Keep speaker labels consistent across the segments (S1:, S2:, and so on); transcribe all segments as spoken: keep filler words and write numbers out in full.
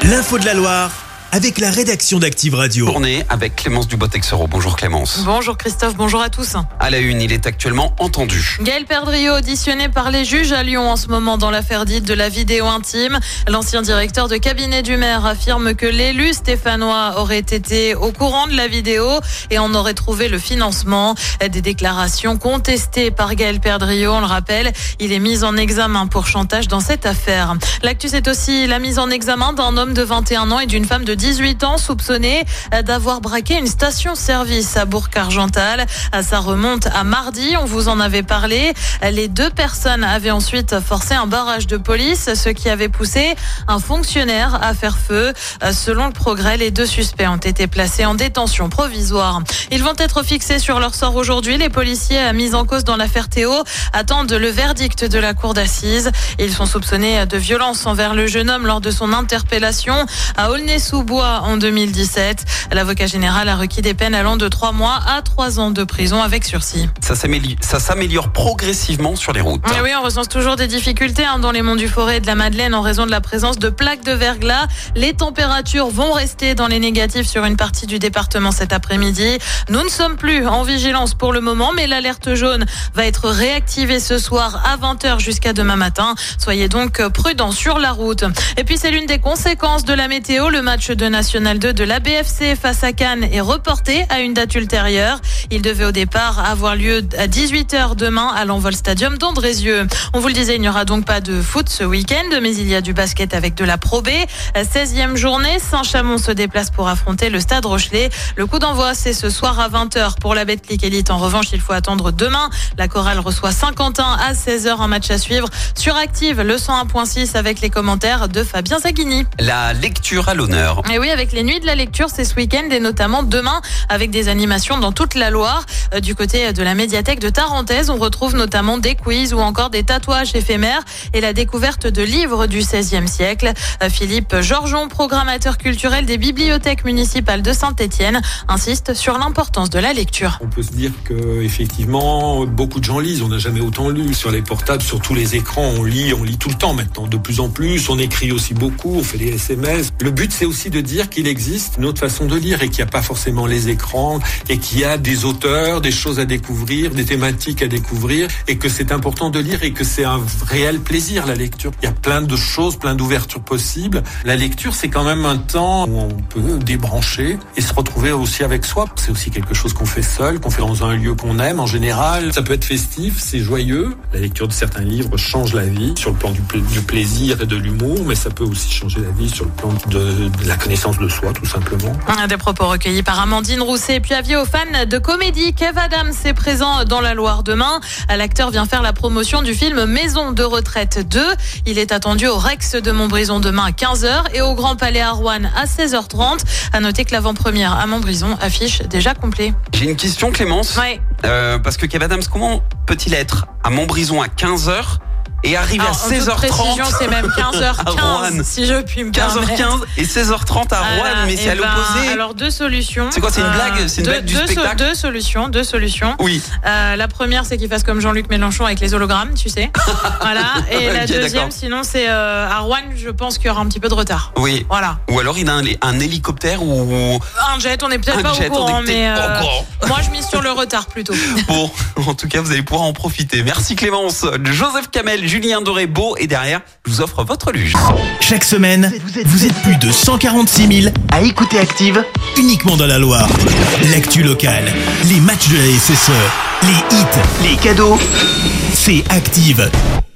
S1: L'info de la Loire avec la rédaction d'Active Radio.
S2: Journée avec Clémence Dubois-Texero. Bonjour Clémence.
S3: Bonjour Christophe, bonjour à tous.
S2: À la une, il est actuellement entendu.
S3: Gaël Perdriau auditionné par les juges à Lyon en ce moment dans l'affaire dite de la vidéo intime. L'ancien directeur de cabinet du maire affirme que l'élu stéphanois aurait été au courant de la vidéo et en aurait trouvé le financement. Des déclarations contestées par Gaël Perdriau, on le rappelle, il est mis en examen pour chantage dans cette affaire. L'actu, c'est aussi la mise en examen d'un homme de vingt et un ans et d'une femme de dix-huit ans soupçonnés d'avoir braqué une station-service à Bourg-Argental. Ça remonte à mardi, on vous en avait parlé. Les deux personnes avaient ensuite forcé un barrage de police, ce qui avait poussé un fonctionnaire à faire feu. Selon le Progrès, les deux suspects ont été placés en détention provisoire. Ils vont être fixés sur leur sort aujourd'hui. Les policiers mis en cause dans l'affaire Théo attendent le verdict de la cour d'assises. Ils sont soupçonnés de violence envers le jeune homme lors de son interpellation à Aulnay-sous-Bois en deux mille dix-sept. L'avocat général a requis des peines allant de trois mois à trois ans de prison avec sursis.
S2: Ça s'améliore, ça s'améliore progressivement sur les routes.
S3: Et oui, on recense toujours des difficultés hein, dans les monts du Forêt et de la Madeleine en raison de la présence de plaques de verglas. Les températures vont rester dans les négatifs sur une partie du département cet après-midi. Nous ne sommes plus en vigilance pour le moment, mais l'alerte jaune va être réactivée ce soir à vingt heures jusqu'à demain matin. Soyez donc prudents sur la route. Et puis c'est l'une des conséquences de la météo. Le match de National deux de l'A B F C face à Cannes est reporté à une date ultérieure. Il devait au départ avoir lieu à dix-huit heures demain à l'Envol Stadium d'Andrézieux. On vous le disait, il n'y aura donc pas de foot ce week-end, mais il y a du basket avec de la Pro B. seizième journée, Saint-Chamond se déplace pour affronter le Stade Rochelet. Le coup d'envoi, c'est ce soir à vingt heures pour la Betclic Elite. En revanche, il faut attendre demain. La Chorale reçoit Saint-Quentin à seize heures, un match à suivre sur Active, le cent un virgule six avec les commentaires de Fabien Zaghini.
S2: La lecture à l'honneur.
S3: Et oui, avec les nuits de la lecture, c'est ce week-end et notamment demain avec des animations dans toute la Loire. Euh, du côté de la médiathèque de Tarentaise, on retrouve notamment des quiz ou encore des tatouages éphémères et la découverte de livres du seizième siècle. Euh, Philippe Georgeon, programmateur culturel des bibliothèques municipales de Saint-Étienne, insiste sur l'importance de la lecture.
S4: On peut se dire que effectivement, beaucoup de gens lisent. On n'a jamais autant lu sur les portables, sur tous les écrans. On lit, on lit tout le temps maintenant, de plus en plus. On écrit aussi beaucoup, on fait des S M S. Le but, c'est aussi de dire qu'il existe une autre façon de lire et qu'il n'y a pas forcément les écrans et qu'il y a des auteurs, des choses à découvrir, des thématiques à découvrir et que c'est important de lire et que c'est un réel plaisir, la lecture. Il y a plein de choses, plein d'ouvertures possibles. La lecture, c'est quand même un temps où on peut débrancher et se retrouver aussi avec soi. C'est aussi quelque chose qu'on fait seul, qu'on fait dans un lieu qu'on aime. En général, ça peut être festif, c'est joyeux. La lecture de certains livres change la vie sur le plan du, pla- du plaisir et de l'humour, mais ça peut aussi changer la vie sur le plan de, de la connaissance de soi, tout simplement.
S3: Des propos recueillis par Amandine Rousset. Et puis avis aux fans de comédie, Kev Adams est présent dans la Loire demain. L'acteur vient faire la promotion du film Maison de retraite deux. Il est attendu au Rex de Montbrison demain à quinze heures et au Grand Palais à Rouen à seize heures trente. À noter que l'avant-première à Montbrison affiche déjà complet.
S2: J'ai une question Clémence.
S3: Ouais.
S2: Euh, parce que Kev Adams, comment peut-il être à Montbrison à quinze heures et arriver
S3: Alors,
S2: à seize heures trente?
S3: En toute précision, c'est même quinze heures quinze, si je puis me
S2: quinze heures
S3: permettre.
S2: quinze et seize heures trente à Rouen,
S3: Voilà,
S2: mais c'est
S3: eh
S2: à l'opposé.
S3: Ben, alors deux solutions.
S2: C'est quoi, c'est une blague? C'est une
S3: deux,
S2: blague du
S3: deux,
S2: spectacle?
S3: Deux solutions, deux solutions.
S2: Oui.
S3: Euh, la première, c'est qu'il fasse comme Jean-Luc Mélenchon avec les hologrammes, tu sais. Voilà. Et la
S2: Ok,
S3: deuxième,
S2: d'accord.
S3: sinon, c'est euh, à Rouen, je pense qu'il y aura un petit peu de retard.
S2: Oui.
S3: Voilà.
S2: Ou alors il a un, un hélicoptère ou
S3: Un jet, on n'est peut-être
S2: un
S3: pas
S2: jet,
S3: au courant,
S2: on est peut-être
S3: mais
S2: pas
S3: euh,
S2: au courant.
S3: moi, je mise sur le retard plutôt.
S2: Bon, en tout cas, vous allez pouvoir en profiter. Merci Clémence. Joseph Kamel, Julien Doré, Beau et derrière, je vous offre votre luge.
S1: Chaque semaine, vous êtes plus de cent quarante-six mille à écouter Active uniquement dans la Loire. L'actu locale, les matchs de la S S E, les hits, les cadeaux, c'est Active.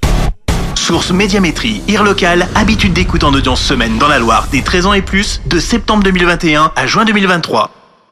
S5: Source Médiamétrie, I R local, habitude d'écoute en audience semaine dans la Loire des treize ans et plus, de septembre deux mille vingt et un à juin deux mille vingt-trois.